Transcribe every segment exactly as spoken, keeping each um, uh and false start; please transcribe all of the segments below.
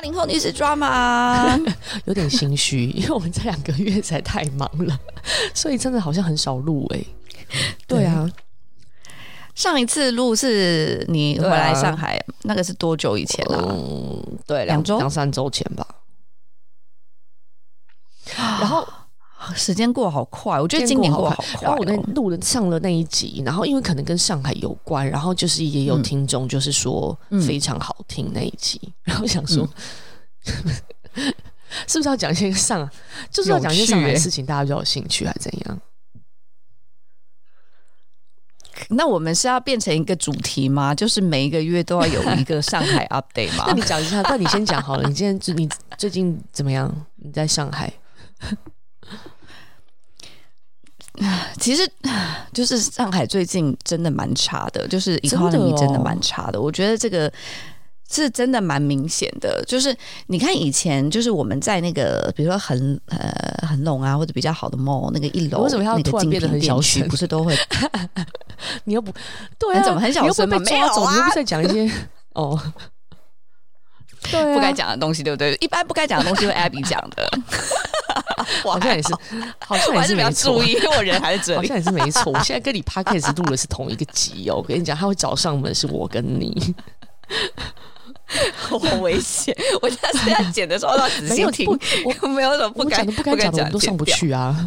八零后女子 drama 有点心虚，因为我们这两个月实在太忙了，所以真的好像很少录哎、欸。对啊， 上一次录是你回来上海，啊、那个是多久以前啊？ 嗯，对， 两周、 两三周前吧。然后时间过好快，我觉得今年过好快、哦。 然后我那录了上了那一集，然后因为可能跟上海有关，然后就是也有听众就是说非常好听那一集，嗯、然后想说、嗯、是不是要讲一些上，就是要讲一些上海的事情，大家比较有兴趣，还是怎样？ 那我们是要变成一个主题吗？就是每一个月都要有一个上海 update 吗？ 那你讲一下，那你先讲好了。你今天你最近怎么样？你在上海？ 其实就是上海最近真的蛮差的，就是 economy 真的蛮差的。我觉得这个是真的蛮明显的。就是你看以前，就是我们在那个比如说恒呃恒隆啊，或者比较好的 mall 那个一楼， 为什么要突然变得很小声？ 不是都会？ 你又不对啊？ 你怎么很小声吗？ 没有啊，你又不是在讲一些哦。对、啊， 不该讲的东西，对不对？一般不该讲的东西，会 Abby 讲的。 好像也是，好像也是没错。 注意，因为我人还在这里， 好像也是没错。我现在跟你 Podcast 录的是同一个集哦。我跟你讲，他会找上门是我跟你， 好危险！我现在是在剪的时候要仔细听，我没有什么不该不该讲的，我们都上不去啊。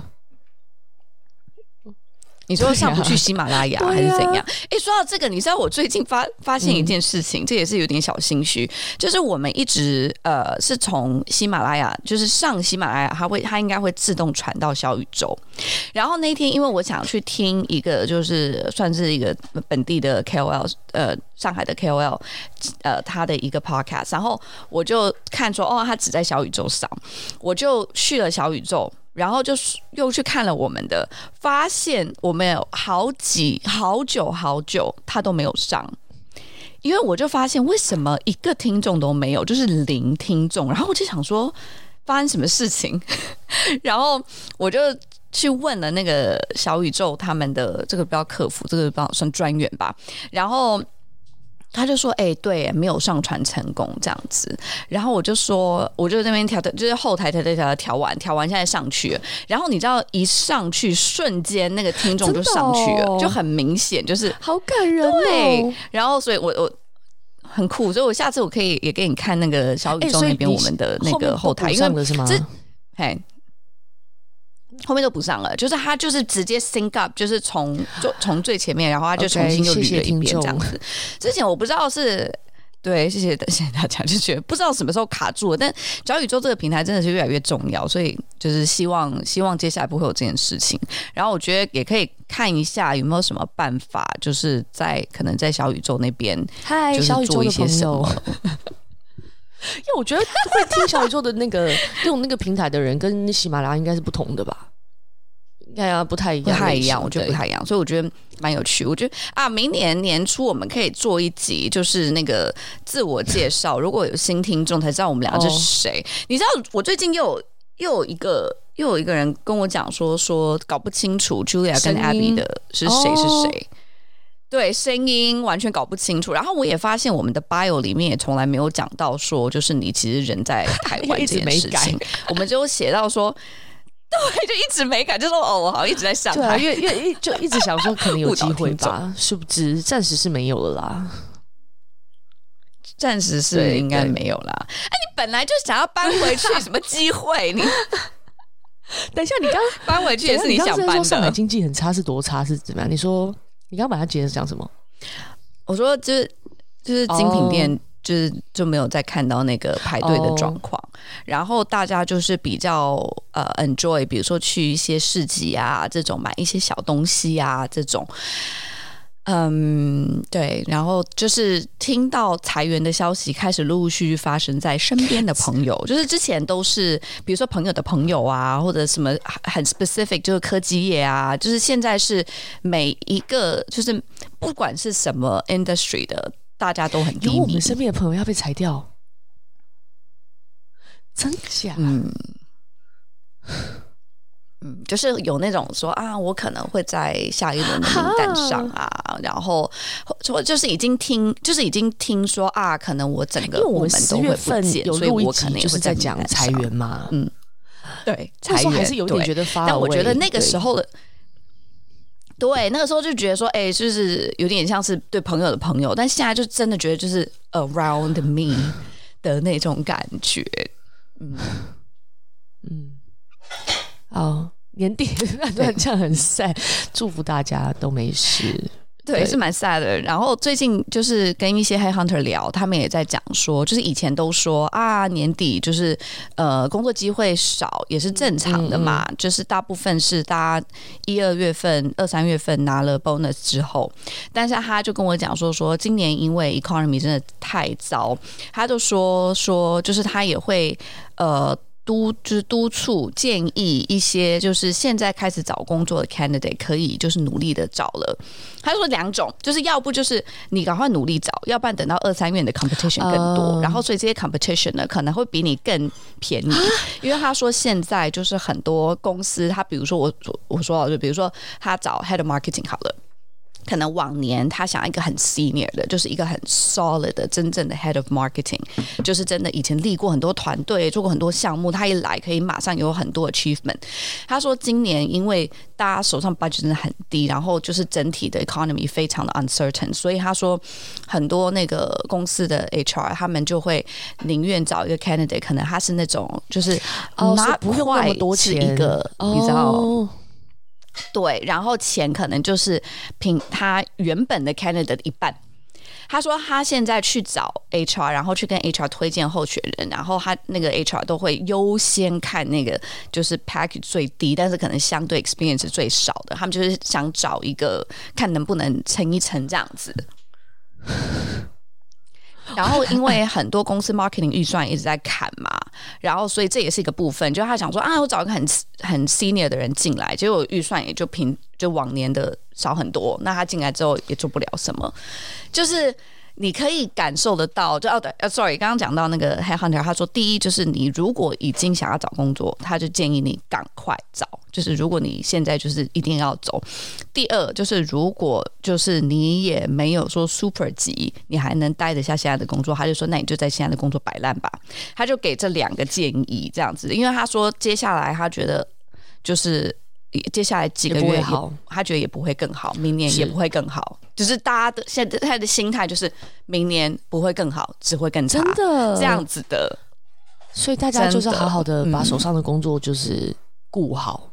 你说上不去喜马拉雅、啊、还是怎样？哎、欸，说到这个，你知道我最近发发现一件事情、嗯，这也是有点小心虚，就是我们一直呃是从喜马拉雅，就是上喜马拉雅，它会它应该会自动传到小宇宙。然后那一天，因为我想去听一个就是算是一个本地的 K O L， 呃，上海的 K O L， 呃，他的一个 podcast， 然后我就看说，哦，他只在小宇宙上，我就去了小宇宙。然后就又去看了我们的，发现我们有好几好久好久他都没有上，因为我就发现为什么一个听众都没有，就是零听众。然后我就想说发生什么事情，然后我就去问了那个小宇宙他们的这个不叫客服，这个不算专员吧，然后他就说：“哎、欸，对，没有上传成功这样子。”然后我就说，我就在那边调，就是后台调调调调完，调完现在上去了。然后你知道，一上去瞬间那个听众就上去了，哦、就很明显，就是好感人哦。 对，然后所以我我很酷，所以我下次我可以也给你看那个小宇宙那边我们的那个后台， 因为是吗？ 这嘿。后面都不上了，就是他就是直接 sync up， 就是从从最前面，然后他就重新又捋了一遍这样子。Okay, 之前我不知道是对，谢谢谢谢大家，就觉得不知道什么时候卡住了，但小宇宙这个平台真的是越来越重要，所以就是希望希望接下来不会有这件事情。然后我觉得也可以看一下有没有什么办法，就是在可能在小宇宙那边， 嗨， 就是做一些什么。 因为我觉得会听小宇宙的那个用那个平台的人跟喜马拉雅应该是不同的吧，应该啊不太一样， 不太一样，我觉得不太一样，所以我觉得蛮有趣。我觉得啊，明年年初我们可以做一集，就是那个自我介绍，如果有新听众才知道我们俩是谁。哦、你知道我最近又有又有一个又有一个人跟我讲说说搞不清楚 Julia 跟 Abby 的是谁是谁。哦对，声音完全搞不清楚。然后我也发现我们的 bio 里面也从来没有讲到说，就是你其实人在台湾这件事情，我们就写到说，对，就一直没改，就说哦，我好像一直在上海， 对啊，因为因为就一直想说可能有机会吧，殊不知暂时是没有了啦， 暂时是应该没有啦。哎，你本来就想要搬回去，什么机会？你等一下，你刚搬回去也是你想搬的。 上海经济很差是多差是怎么样？你说。你刚刚把它解释讲什么？ 我说就是就是精品店，就是就没有再看到那个排队的状况， oh. 然后大家就是比较呃 enjoy， 比如说去一些市集啊，这种买一些小东西啊，这种。嗯，对，然后就是听到裁员的消息开始陆陆续续发生在身边的朋友，就是之前都是比如说朋友的朋友啊，或者什么很 specific， 就是科技业啊，就是现在是每一个就是不管是什么 industry 的，大家都很低迷。 有我们身边的朋友要被裁掉，真假？ 嗯。 嗯，就是有那种说啊，我可能会在下一轮的名单上啊，然后或就是已经听，就是已经听说啊，可能我整个部门都会不见，所以我可能就是在讲裁员嘛， 嗯，对，裁员还是有点觉得发， 但我觉得那个时候的。对，那个时候就觉得说，哎、欸，就是有点像是对朋友的朋友，但现在就真的觉得就是 around me 的那种感觉，嗯嗯，好，年底乱这样很sad，祝福大家都没事。 对，是蛮 sad 的。然后最近就是跟一些 headhunter 聊，他们也在讲说，就是以前都说啊，年底就是呃工作机会少也是正常的嘛，嗯嗯就是大部分是大家一二月份、二三月份拿了 bonus 之后，但是他就跟我讲说，说今年因为 economy 真的太糟，他就说说就是他也会呃。督就是督促建议一些就是现在开始找工作的 candidate 可以就是努力的找了。他说两种，就是要不就是你赶快努力找，要不然等到二三月的 competition 更多， uh, 然后所以这些 competition 呢可能会比你更便宜，因为他说现在就是很多公司，他比如说我我说就比如说他找 head of marketing 好了。可能往年他想要一个很 senior 的，就是一个很 solid 的真正的 head of marketing， 就是真的以前立过很多团队，做过很多项目，他一来可以马上有很多 achievement。他说今年因为大家手上 budget 真的很低，然后就是整体的 economy 非常的 uncertain， 所以他说很多那个公司的 H R 他们就会宁愿找一个 candidate， 可能他是那种就是拿不用那么多钱一个， 哦、 你知道。对，然后钱可能就是凭他原本的 candidate 的一半。他说他现在去找 H R， 然后去跟 H R 推荐候选人，然后他那个 H R 都会优先看那个就是 package 最低，但是可能相对 experience 最少的，他们就是想找一个看能不能撑一撑这样子。然后因为很多公司 marketing 预算一直在砍嘛，然后所以这也是一个部分，就是他想说啊，我找一个很很 senior 的人进来，结果预算也就平就往年的少很多，那他进来之后也做不了什么，就是你可以感受得到，就哦对、呃、，sorry， 刚刚讲到那个 headhunter， 他说第一就是你如果已经想要找工作，他就建议你赶快找，就是如果你现在就是一定要走。第二就是如果就是你也没有说 super 急，你还能待得下现在的工作，他就说那你就在现在的工作摆烂吧，他就给这两个建议这样子，因为他说接下来他觉得就是接下来几个月也他觉得也不会更好，明年也不会更好，就是大家的现在他的心态就是明年不会更好，只会更差， 真的这样子的。 所以大家就是好好的把手上的工作就是顾好。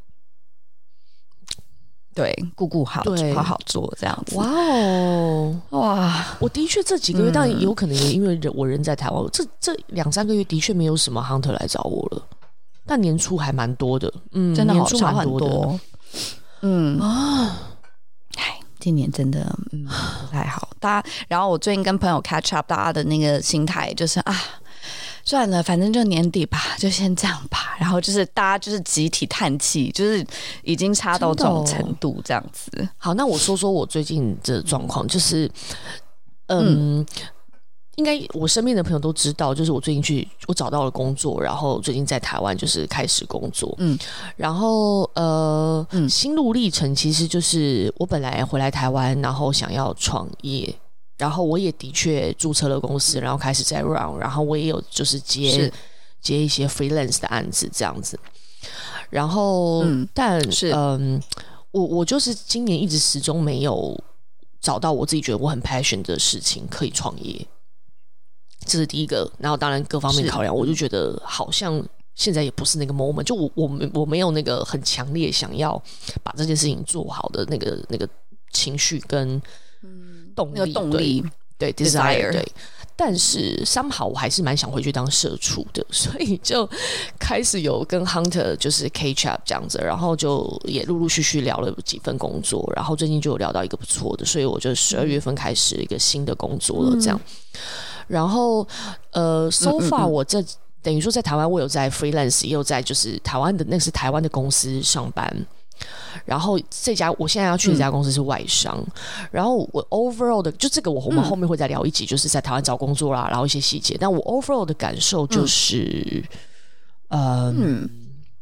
对，顾顾好，好好做这样子。 哇哦， 哇！ 我的确这几个月，嗯、但有可能也因为我人在台湾，这这两三个月的确没有什么 hunter 来找我了。但年初还蛮多的，嗯， 真的好少很多。嗯啊，哎，今年真的嗯不太好。大家，然后我最近跟朋友 catch up， 大家的那个心态就是啊。算了，反正就年底吧，就先这样吧。然后就是大家就是集体叹气，就是已经差到这种程度，这样子。 哦、好，那我说说我最近的状况，就是嗯。嗯应该我身边的朋友都知道，就是我最近去我找到了工作，然后最近在台湾就是开始工作，嗯，然后呃，嗯、心路历程其实就是我本来回来台湾，然后想要创业，然后我也的确注册了公司，然后开始在 run， 然后我也有就是接接一些 freelance 的案子这样子，然后、嗯、但是嗯，我我就是今年一直始终没有找到我自己觉得我很 passion 的事情可以创业。这是第一个，然后当然各方面考量，我就觉得好像现在也不是那个 moment， 就我我我没有那个很强烈想要把这件事情做好的那个那个情绪跟动力， 那个动力对 desire 对。但是somehow我还是蛮想回去当社畜的，所以就开始有跟 hunter 就是 catch up 这样子，然后就也陆陆续续聊了几份工作，然后最近就有聊到一个不错的，所以我就十二月份开始一个新的工作了这样。嗯然后，呃 ，so far 我这、嗯嗯嗯、等于说在台湾，我有在 freelance， 也有在就是台湾的那是台湾的公司上班。然后这家我现在要去的这家公司是外商。嗯、然后我 overall 的就这个我我们后面会再聊一集，就是在台湾找工作啦，然后一些细节。但我 overall 的感受就是，嗯。嗯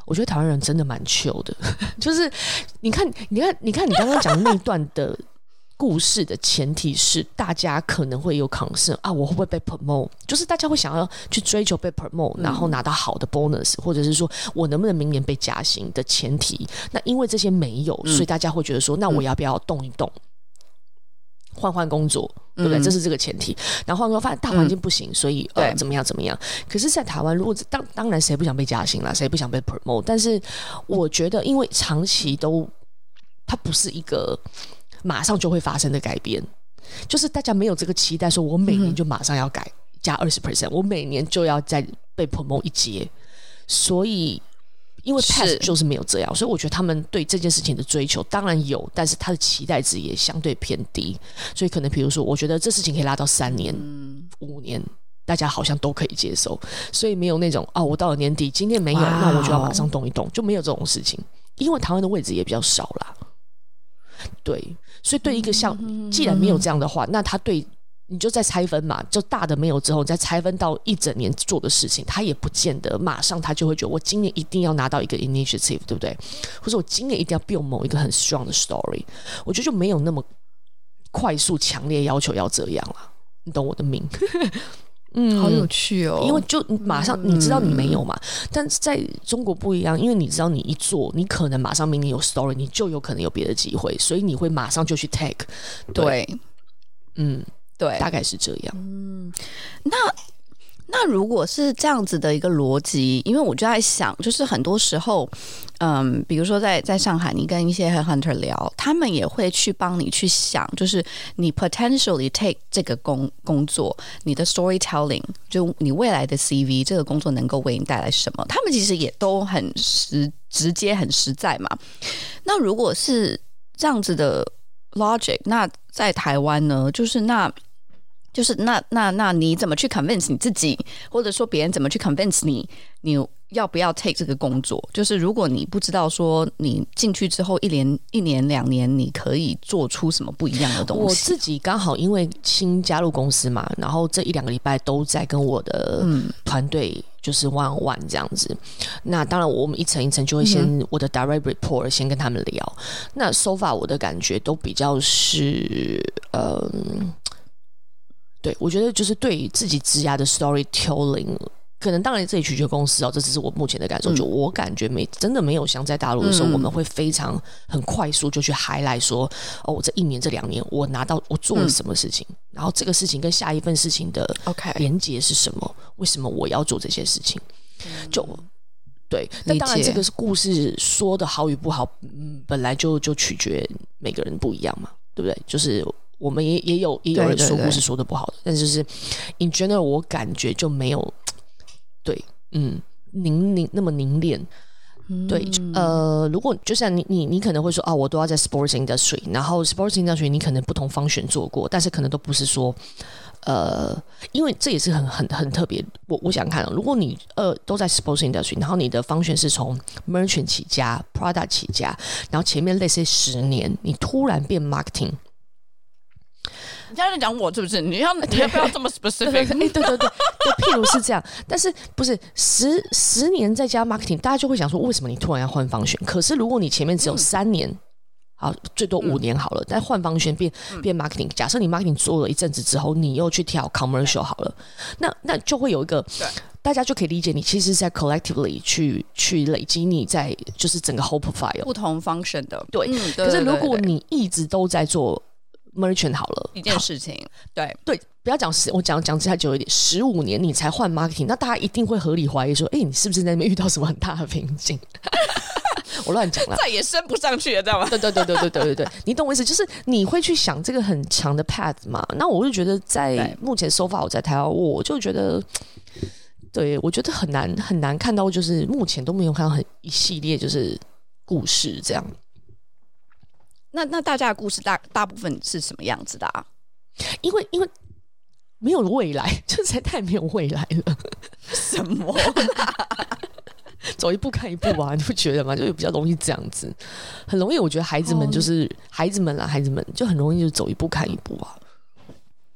我觉得台湾人真的蛮chill的，就是你看，你看，你看，你刚刚讲的那一段的故事的前提是，大家可能会有 concern 啊，我会不会被 promote？ 就是大家会想要去追求被 promote， 然后拿到好的 bonus，、嗯、或者是说我能不能明年被加薪的前提。那因为这些没有，所以大家会觉得说，那我要不要动一动？换换工作，对不对？嗯、这是这个前提。然后换工作发现大环境不行，嗯、所以呃怎么样怎么样？可是，在台湾，如果当当然谁不想被加薪啦，谁不想被 promote？ 但是我觉得，因为长期都它不是一个马上就会发生的改变，就是大家没有这个期待，说我每年就马上要改、嗯、加二十 percent， 我每年就要再被 promote 一阶，所以。因为 past 就是没有这样，所以我觉得他们对这件事情的追求当然有，但是他的期待值也相对偏低，所以可能比如说我觉得这事情可以拉到三年、嗯、五年大家好像都可以接受，所以没有那种哦，我到了年底今天没有，那我就要马上动一动，就没有这种事情。因为台湾的位置也比较少啦，对，所以对一个像、嗯、既然没有这样的话，那他对你就再拆分嘛，就大的没有之后，你再拆分到一整年做的事情，他也不见得马上他就会觉得我今年一定要拿到一个 initiative， 对不对？或者我今年一定要 build 某一个很 strong 的 story， 我觉得就没有那么快速强烈要求要这样啦，你懂我的命？ 嗯，好有趣哦！ 因为就马上你知道你没有嘛，嗯、但是在中国不一样，因为你知道你一做，你可能马上明年有 story， 你就有可能有别的机会，所以你会马上就去 take。对， 对嗯。 对， 大概是这样。 嗯，那那如果是这样子的一个逻辑，因为我就在想，就是很多时候，嗯，比如说在在上海，你跟一些 headhunter 聊，他们也会去帮你去想，就是你 potentially take 这个工工作，你的 storytelling， 就你未来的 C V， 这个工作能够为你带来什么？他们其实也都很实直接、很实在嘛。那如果是这样子的 logic， 那在台湾呢，就是那。就是那那那你怎么去 convince 你自己，或者说别人怎么去 convince 你，你要不要 take 这个工作？就是如果你不知道说你进去之后一年一年两年你可以做出什么不一样的东西。 我自己刚好因为新加入公司嘛，然后这一两个礼拜都在跟我的团队就是 one on one 这样子。那当然我们一层一层就会先、嗯、我的 direct report 先跟他们聊。那 so far 我的感觉都比较是嗯。对，我觉得就是对自己职涯的 storytelling， 可能当然这里取决公司哦，这只是我目前的感受。嗯、就我感觉没真的没有像在大陆的时候，嗯、我们会非常很快速就去 highlight 说，哦，我这一年这两年我拿到我做了什么事情，嗯、然后这个事情跟下一份事情的连结是什么？ Okay. 为什么我要做这些事情？嗯、就对，但当然这个故事说的好与不好，嗯、本来就就取决每个人不一样嘛，对不对？就是。我们也也有也有人说故事说的不好的，但是就是 in general 我感觉就没有对嗯凝凝那么凝练。对，呃，如果就像你你你可能会说啊，我都要在 sports industry， 然后 sports industry 你可能不同function做过，但是可能都不是说呃，因为这也是很很很特别。我我想看，如果你呃都在 sports industry， 然后你的function是从 merchant 起家 ，product 起家，然后前面类似十年，你突然变 marketing。 你现在在讲我是不是？你要你要不要这么 specific？ 对对 对, 对, 对, 对，譬如是这样，但是不是十十年在加 marketing， 大家就会想说，为什么你突然要换方选？可是如果你前面只有三年，嗯、好最多五年好了，嗯、但换方选变变 marketing， 假设你 marketing 做了一阵子之后，你又去跳 commercial 好了，那那就会有一个。大家就可以理解你其实是在 collectively 去去累积你在就是整个 whole profile 不同 function 的对，嗯、对对对对可是如果你一直都在做 merchant 好了一件事情，对对，不要讲十，我讲讲太久一点，十五年你才换 marketing， 那大家一定会合理怀疑说，哎、欸，你是不是在那边遇到什么很大的瓶颈？我乱讲了， 再也升不上去了，知道吗？ 对对对对对对对对，你懂我意思，就是你会去想这个很强的 path 嘛？那我就觉得在目前 so far 我在台湾，我就觉得。对，我觉得很难很难看到，就是目前都没有看到很一系列就是故事这样。 那那大家的故事大大部分是什么样子的啊？ 因为因为没有未来，就实在太没有未来了。 什么？ 走一步看一步啊，你不觉得吗？就比较容易这样子，很容易。我觉得孩子们就是、oh. 孩子们啦，孩子们就很容易就走一步看一步啊。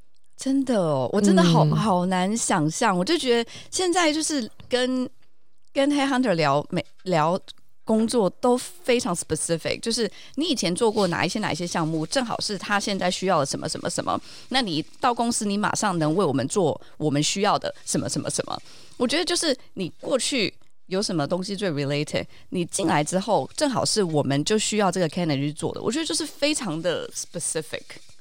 真的哦，我真的好、嗯、好难想象，我就觉得现在就是跟跟 headhunter 聊每聊工作都非常 specific， 就是你以前做过哪一些哪一些项目，正好是他现在需要的什么什么什么，那你到公司你马上能为我们做我们需要的什么什么什么。我觉得就是你过去有什么东西最 related， 你进来之后正好是我们就需要这个 candidate 去做的，我觉得就是非常的 specific。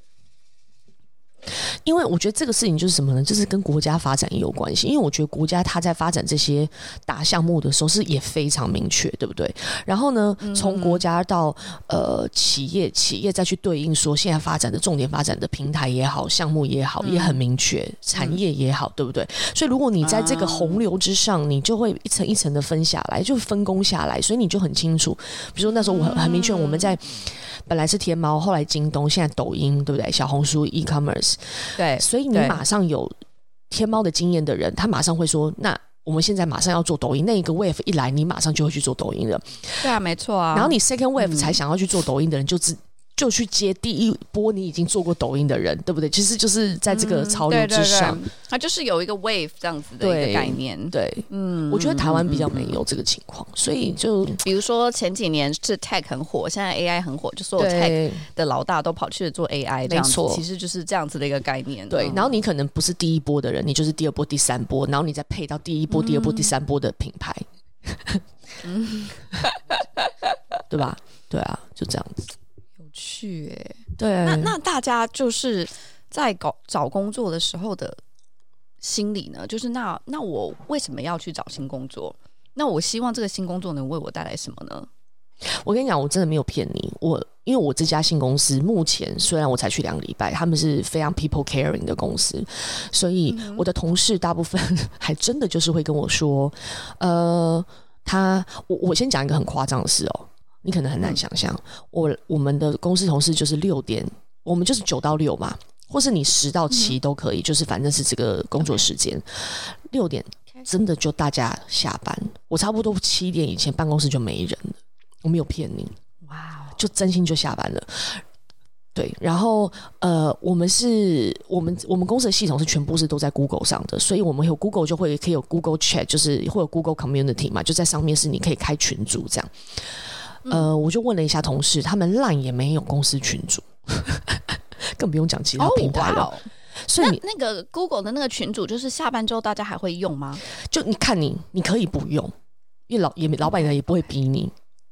因为我觉得这个事情就是什么呢？就是跟国家发展也有关系。因为我觉得国家它在发展这些大项目的时候是也非常明确，对不对？然后呢，从国家到呃企业，企业再去对应说现在发展的重点发展的平台也好，项目也好，也很明确，产业也好，对不对？所以如果你在这个洪流之上，你就会一层一层的分下来，就分工下来，所以你就很清楚。比如说那时候我很很明确，我们在本来是天猫，后来京东，现在抖音，对不对？小红书 e-commerce。 对， 所以你马上有天猫的经验的人，他马上会说：“那我们现在马上要做抖音。”那一个 wave 一来，你马上就会去做抖音了。 对啊，没错啊。 然后你 second wave 才想要去做抖音的人，就自就去接第一波你已经做过抖音的人，对不对？其实就是在这个潮流之上，嗯、 对对对它就是有一个 wave 这样子的一个概念。 对，对嗯，我觉得台湾比较没有这个情况，所以就比如说前几年是 tech 很火，现在 A I 很火，就所有 tech 的老大都跑去做 A I， 这样子，其实就是这样子的一个概念。 对，然后你可能不是第一波的人，你就是第二波、第三波，然后你再配到第一波、第二波、第三波的品牌，嗯，对吧？对啊，就这样子。 去哎、欸， 对， 那那大家就是在搞找工作的时候的心理呢，就是那那我为什么要去找新工作？那我希望这个新工作能为我带来什么呢？ 我跟你讲，我真的没有骗你，我因为我这家新公司目前虽然我才去两个礼拜，他们是非常 people caring 的公司，所以我的同事大部分还真的就是会跟我说，呃，他我我先讲一个很夸张的事哦。你可能很难想象，我我们的公司同事就是六点，我们就是九到六嘛，或是你十到七都可以，嗯、就是反正是这个工作时间。六点真的就大家下班，我差不多七点以前办公室就没人了，我没有骗你，哇，就真心就下班了。对，然后呃，我们是我们我们公司的系统是全部是都在 Google 上的，所以我们有 Google 就会可以有 Google Chat， 就是会有 Google Community 嘛，就在上面是你可以开群组这样。呃，我就问了一下同事，他们 LINE 也没有公司群组，更不用讲其他平台了。Oh, wow. 所以那那个 Google 的那个群组，就是下班之后大家还会用吗？ 就你看你，你可以不用，因为老也老板也不会逼你，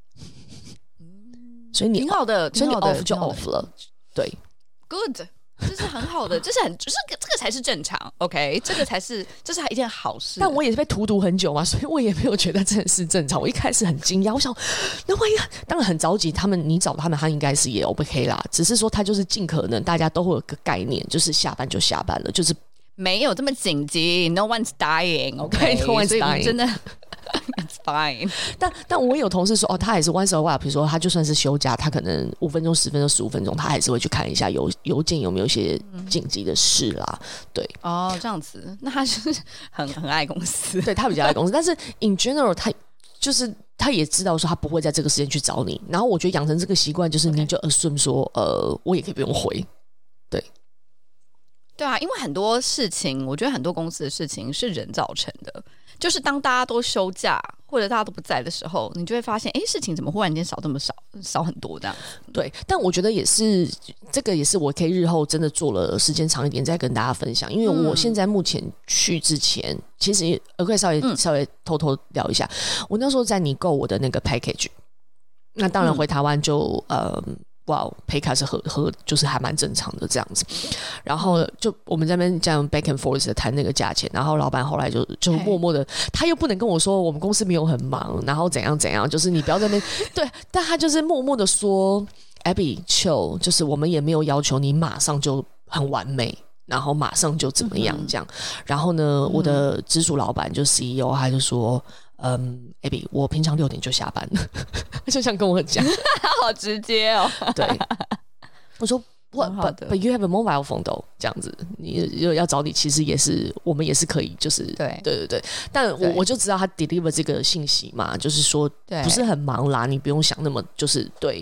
所以你挺好的， 所以你 off 就 off 了，对 ，good。这是很好的，这是很，就是这个才是正常 ，OK， 这个才是，这是一件好事。 但我也是被荼毒很久嘛，所以我也没有觉得这是正常。我一开始很惊讶，我想，那万一当然很着急，他们你找他们，他应该是也 OK 啦。只是说他就是尽可能大家都会有个概念，就是下班就下班了，就是没有这么紧急。No one's dying，OK，、okay? no one's dying， 真的。It's fine， 但但我也有同事说，哦，他也是 once a while， 比如说他就算是休假，他可能五分钟、十分钟、十五分钟，他还是会去看一下邮邮件有没有一些紧急的事啦。对， 哦，这样子，那他是很很爱公司， 对他比较爱公司，但是 in general， 他就是他也知道说他不会在这个时间去找你。然后我觉得养成这个习惯，就是你就 assume 说，呃，我也可以不用回，对。 对啊，因为很多事情，我觉得很多公司的事情是人造成的。就是当大家都休假或者大家都不在的时候，你就会发现，哎，事情怎么忽然间少这么少，少很多这样。 对，但我觉得也是，这个也是我可以日后真的做了时间长一点再跟大家分享。因为我现在目前去之前，嗯、其实我可以稍微、嗯、稍微偷偷聊一下，我那时候在拟购我的那个 package， 那当然回台湾就、嗯、呃。哇，陪卡是合合就是还蛮正常的这样子，然后就我们在那边这样 back and forth 的谈那个价钱，然后老板后来就就默默的，他又不能跟我说我们公司没有很忙，然后怎样怎样，就是你不要在那边对，但他就是默默的说 Abby chill， 就是我们也没有要求你马上就很完美，然后马上就怎么样这样，嗯、然后呢，我的直属老板就 C E O 他就说。嗯 ，Abby， 我平常六点就下班了，就想跟我讲， 好直接哦。 对，我说 What, but, but you have a mobile phone though， 这样子，你要找你，其实也是我们也是可以，就是对对对对。但我我就知道他 deliver 这个信息嘛，就是说不是很忙啦，你不用想那么就是对。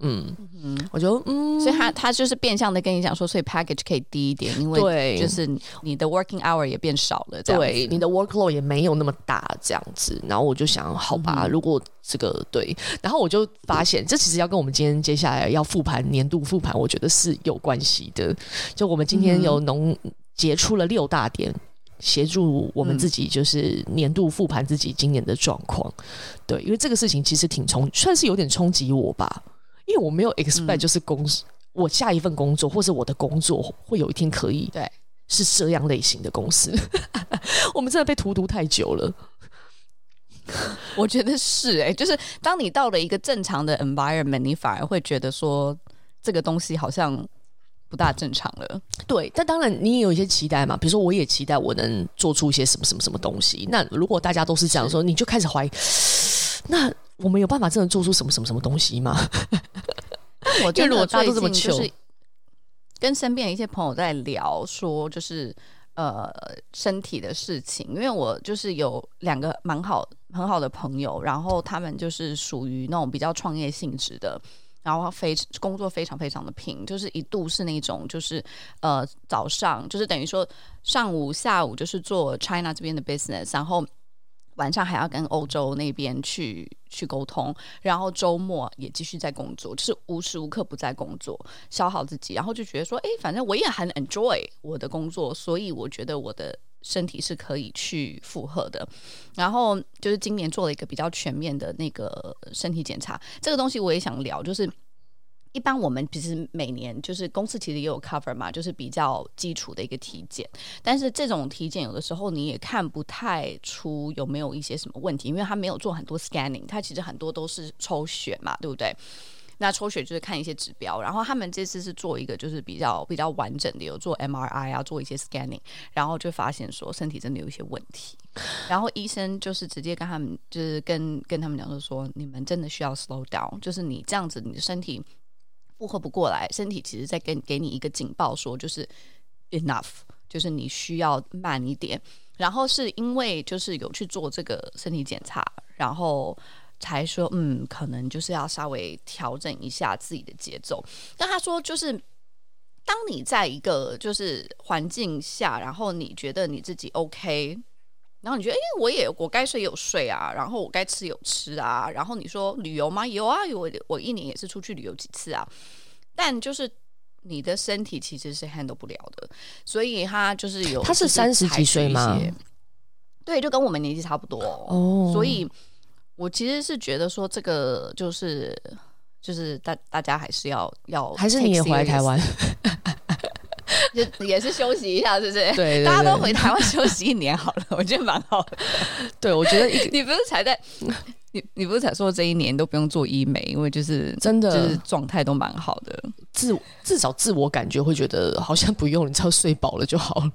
嗯嗯，我就嗯， 所以他他就是变相的跟你讲说，所以 package 可以低一点，因为就是你的 working hour 也变少了，这样子对，你的 workload 也没有那么大，这样子。然后我就想，好吧，嗯、如果这个对，然后我就发现，这其实要跟我们今天接下来要复盘年度复盘，我觉得是有关系的。就我们今天有农结出了六大点。协助我们自己就是年度复盘自己今年的状况、嗯，对，因为这个事情其实挺冲，算是有点冲击我吧，因为我没有 expect 就是公、嗯、我下一份工作或是我的工作会有一天可以对是这样类型的公司，我们真的被荼毒太久了。 我觉得是哎、欸，就是当你到了一个正常的 environment， 你反而会觉得说这个东西好像。不大正常了， 对，但当然你也有一些期待嘛，比如说我也期待我能做出一些什么什么什么东西。那如果大家都是这样说，你就开始怀疑，那我们有办法真的做出什么什么什么东西吗？ 我觉得我大家都这么糗，就是跟身边的一些朋友在聊说，就是呃身体的事情，因为我就是有两个蛮好很好的朋友，然后他们就是属于那种比较创业性质的。然后非工作非常非常的拼，就是一度是那种就是呃早上就是等于说上午下午就是做 China 这边的 business， 然后晚上还要跟欧洲那边去去沟通，然后周末也继续在工作，就是无时无刻不在工作，消耗自己，然后就觉得说，哎，反正我也很 enjoy 我的工作，所以我觉得我的身体是可以去负荷的。然后就是今年做了一个比较全面的那个身体检查，这个东西我也想聊，就是一般我们其实每年就是公司其实也有 cover 嘛，就是比较基础的一个体检，但是这种体检有的时候你也看不太出有没有一些什么问题，因为他没有做很多 scanning， 他其实很多都是抽血嘛，对不对？那抽血就是看一些指标，然后他们这次是做一个就是比较比较完整的，有做 M R I 啊，做一些 scanning， 然后就发现说身体真的有一些问题，然后医生就是直接跟他们就是跟跟他们讲说，你们真的需要 slow down， 就是你这样子你的身体负荷不过来，身体其实在给给你一个警报说就是 enough， 就是你需要慢一点。然后是因为就是有去做这个身体检查，然后才说嗯，可能就是要稍微调整一下自己的节奏。但他说就是当你在一个就是环境下，然后你觉得你自己 OK， 然后你觉得哎，我也我该睡有睡啊，然后我该吃有吃啊，然后你说旅游吗？有啊，有，我一年也是出去旅游几次啊，但就是你的身体其实是 handle 不了的，所以他就是有他是三十几岁吗？ 对，就跟我们年纪差不多哦，所以我其实是觉得说这个就是就是大大家还是要要， 还是你也回来台湾就也是休息一下，是不是？ 对, 对, 对， 大家都回台湾休息一年好了，我觉得蛮好的。 对，我觉得你不是才在你你不是才说这一年都不用做医美，因为就是真的就是状态都蛮好的， 自至少自我感觉会觉得好像不用，你只要睡饱了就好了。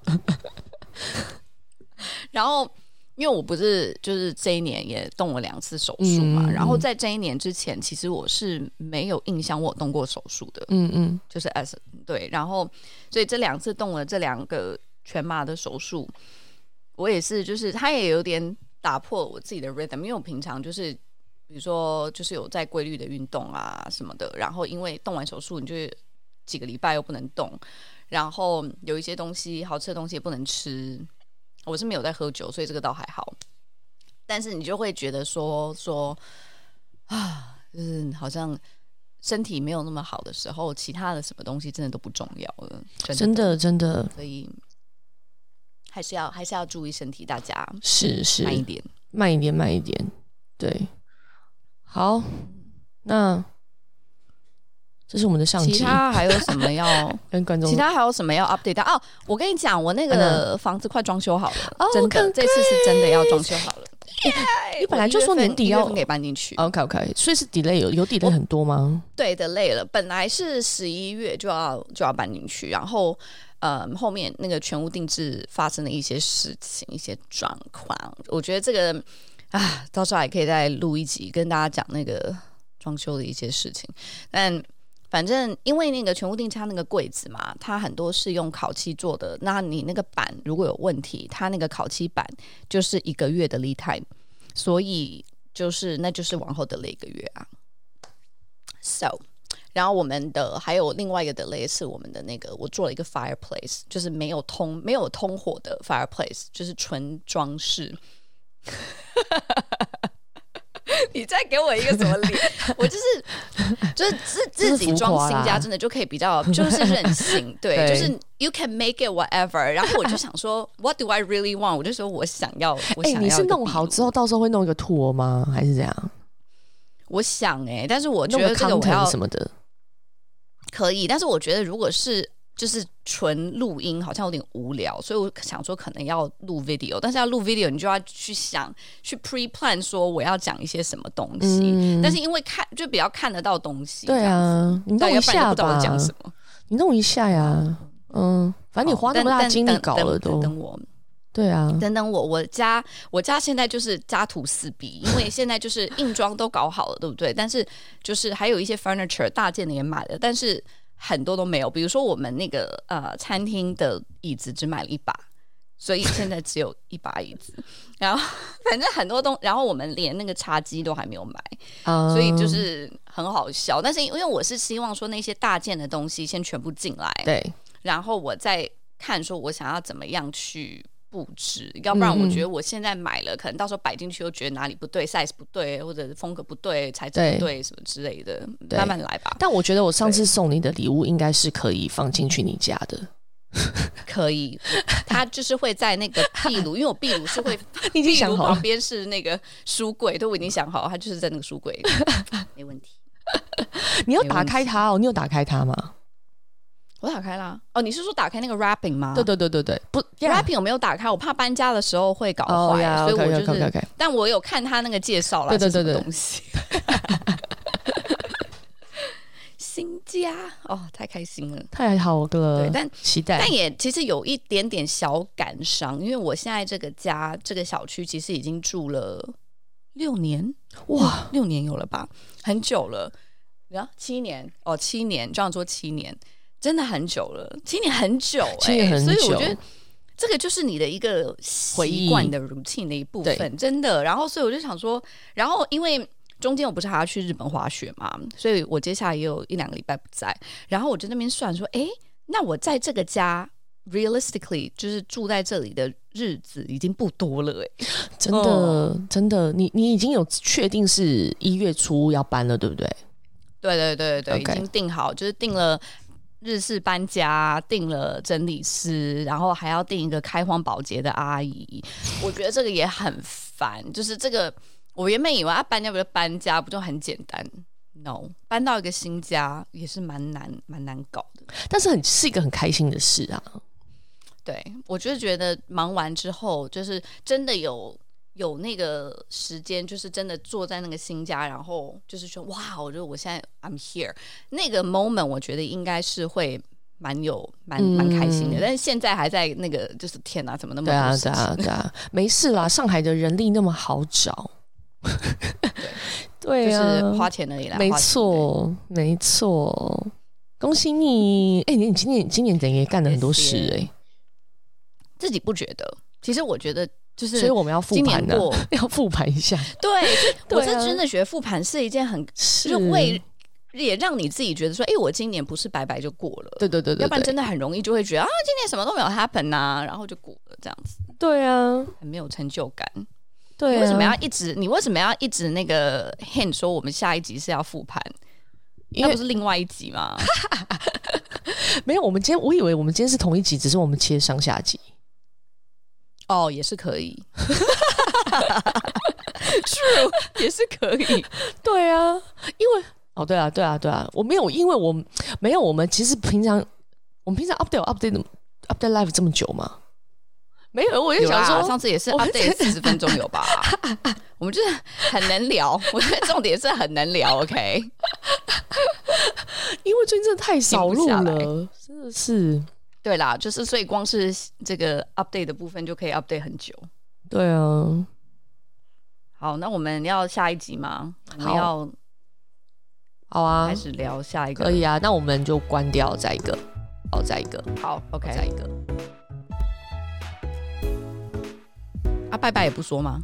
然后因为我不是就是这一年也动了两次手术嘛、嗯、然后在这一年之前其实我是没有印象我有动过手术的，嗯嗯，就是 as 对，然后所以这两次动了这两个全麻的手术，我也是就是它也有点打破我自己的 rhythm， 因为我平常就是比如说就是有在规律的运动啊什么的，然后因为动完手术你就几个礼拜又不能动，然后有一些东西好吃的东西也不能吃，我是没有在喝酒，所以这个倒还好。但是你就会觉得说说啊，就是好像身体没有那么好的时候，其他的什么东西真的都不重要了， 真的真的。 所以还是要还是要注意身体，大家是是慢一点， 慢一点，慢一点。对，好，那这是我们的上集。 其他还有什么要跟观众？ 其他还有什么要 update 哦？我跟你讲，我那个房子快装修好了， 哦、 真的，这次是真的要装修好了。 欸、你本来就说年底要可以搬进去 ，OK OK， 所以是 delay 有有 delay 很多吗？ 对 delay 了，本来是十一月就要就要搬进去，然后呃后面那个全屋定制发生了一些事情，一些状况，我觉得这个啊，到时候还可以再录一集跟大家讲那个装修的一些事情，但。反正因为那个全屋定制它那个柜子嘛，它很多是用烤漆做的，那你那个板如果有问题，它那个烤漆板就是一个月的 lead time， 所以就是那就是往后的了一个月啊。So 然后我们的还有另外一个 delay 是我们的那个，我做了一个 fireplace， 就是没有通没有通火的 fireplace， 就是纯装饰。你再给我一个什么脸？我就是就是自自己装新家，真的就可以比较就是任性，对，对就是 you can make it whatever。然后我就想说，what do I really want？ 我就说我想要，我想要、欸。 你是弄好之后，到时候会弄一个 tour 吗？还是怎样？ 我想哎、欸，但是我觉得这个我要什么的可以，但是我觉得如果是。就是纯录音好像有点无聊，所以我想说可能要录 video， 但是要录 video 你就要去想去 pre plan 说我要讲一些什么东西、嗯、但是因为看就比较看得到东西， 对啊，你弄一下吧， 不知道我讲什么， 你弄一下呀，嗯，反正你花那么大精力搞了都， 等等我， 对啊， 等等我，我家我家现在就是家徒四壁，因为现在就是硬装都搞好了，对不对？但是就是还有一些 furniture 大件的也买了，但是很多都没有，比如说我们那个呃餐厅的椅子只买了一把，所以现在只有一把椅子。然后反正很多东，然后我们连那个茶几都还没有买，嗯、所以就是很好笑。但是因为我是希望说那些大件的东西先全部进来， 对， 然后我再看说我想要怎么样去布置，要不然我觉得我现在买了，嗯、可能到时候摆进去又觉得哪里不对 ，size 不对，或者风格不对，材质不对，什么之类的，慢慢来吧。 但我觉得我上次送你的礼物应该是可以放进去你家的， 可以，它就是会在那个壁炉，因为我壁炉是会， 你已经想好了， 旁边是那个书柜，都我已经想好，它就是在那个书柜，没问题。 你要打开它哦，你有打开它吗？ 我打开啦！哦，你是说打开那个 wrapping 吗？ 对对对对对，不 ，wrapping 我没有打开，我怕搬家的时候会搞坏， oh, yeah, 所以我就是 okay, okay, okay. 但我有看他那个介绍啦， 对对对对， 是什么东西。新家哦，太开心了， 太好了， 对，但期待， 但也其实有一点点小感伤，因为我现在这个家这个小区其实已经住了六年，哇，六年有了吧，很久了。啊，七年哦，七年，这样说七年。真的很久了，七年很久哎、欸，所以我觉得这个就是你的一个习惯的 routine 的一部分，真的。然后，所以我就想说，然后因为中间我不是还要去日本滑雪嘛，所以我接下来也有一两个礼拜不在。然后我就那边算说，哎，那我在这个家 realistically 就是住在这里的日子已经不多了哎、欸， 真的、嗯、真的，你你已经有确定是一月初要搬了，对不对？ 对对对对， okay. 已经定好，就是定了。日式搬家，订了整理师，然后还要订一个开荒保洁的阿姨，我觉得这个也很烦。就是这个，我原本以为啊，搬家不就搬家，不就很简单 ？No， 搬到一个新家也是蛮难、蛮难搞的。 但是很是一个很开心的事啊。 对，我就是觉得忙完之后，就是真的有。有那个时间，就是真的坐在那个新家，然后就是说，哇，我觉得我现在 I'm here 那个 moment， 我觉得应该是会蛮有蛮蛮开心的。但是现在还在那个，就是天哪，怎么那么多事情？ 对啊，对啊，对啊，没事啦，上海的人力那么好找，对，对啊， 就是花钱而已啦。 没错，没错，恭喜你！哎、欸，你今年今年等于干了很多事哎、欸， 自己不觉得？其实我觉得。就是， 所以我们要复盘的，要复盘一下。 对，我是真的觉得复盘是一件很，就是会也让你自己觉得说，哎、欸，我今年不是白白就过了。 对对 对, 对, 对， 要不然真的很容易就会觉得啊，今年什么都没有 happen 啊，然后就过了这样子。 对啊， 很没有成就感。 对、啊， 你为什么要一直？你为什么要一直那个 hint 说我们下一集是要复盘？那不是另外一集吗？ 没有，我们今天我以为我们今天是同一集，只是我们切上下集。 哦，也是可以，True， 也是可以， 对啊，因为哦，对啊，对啊，对啊，我没有，因为我没有，我们其实平常我们平常 update update update live 这么久吗？没有，我就想说， 上次也是 update 四十分钟有吧？我们就是很能聊，我觉得重点是很能聊 ，OK？ 因为最近真的太少录了，真的是。 对啦，就是所以光是这个 update 的部分就可以 update 很久。 对啊， 好，那我们要下一集吗？我们要好啊， 开始聊下一个。 可以啊，那我们就关掉，再一个，好，再一个， 好 ，OK， 再一个。 啊，拜拜也不说吗？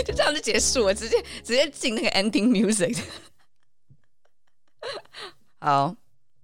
就这样就结束了，直接直接进那个 ending music。好。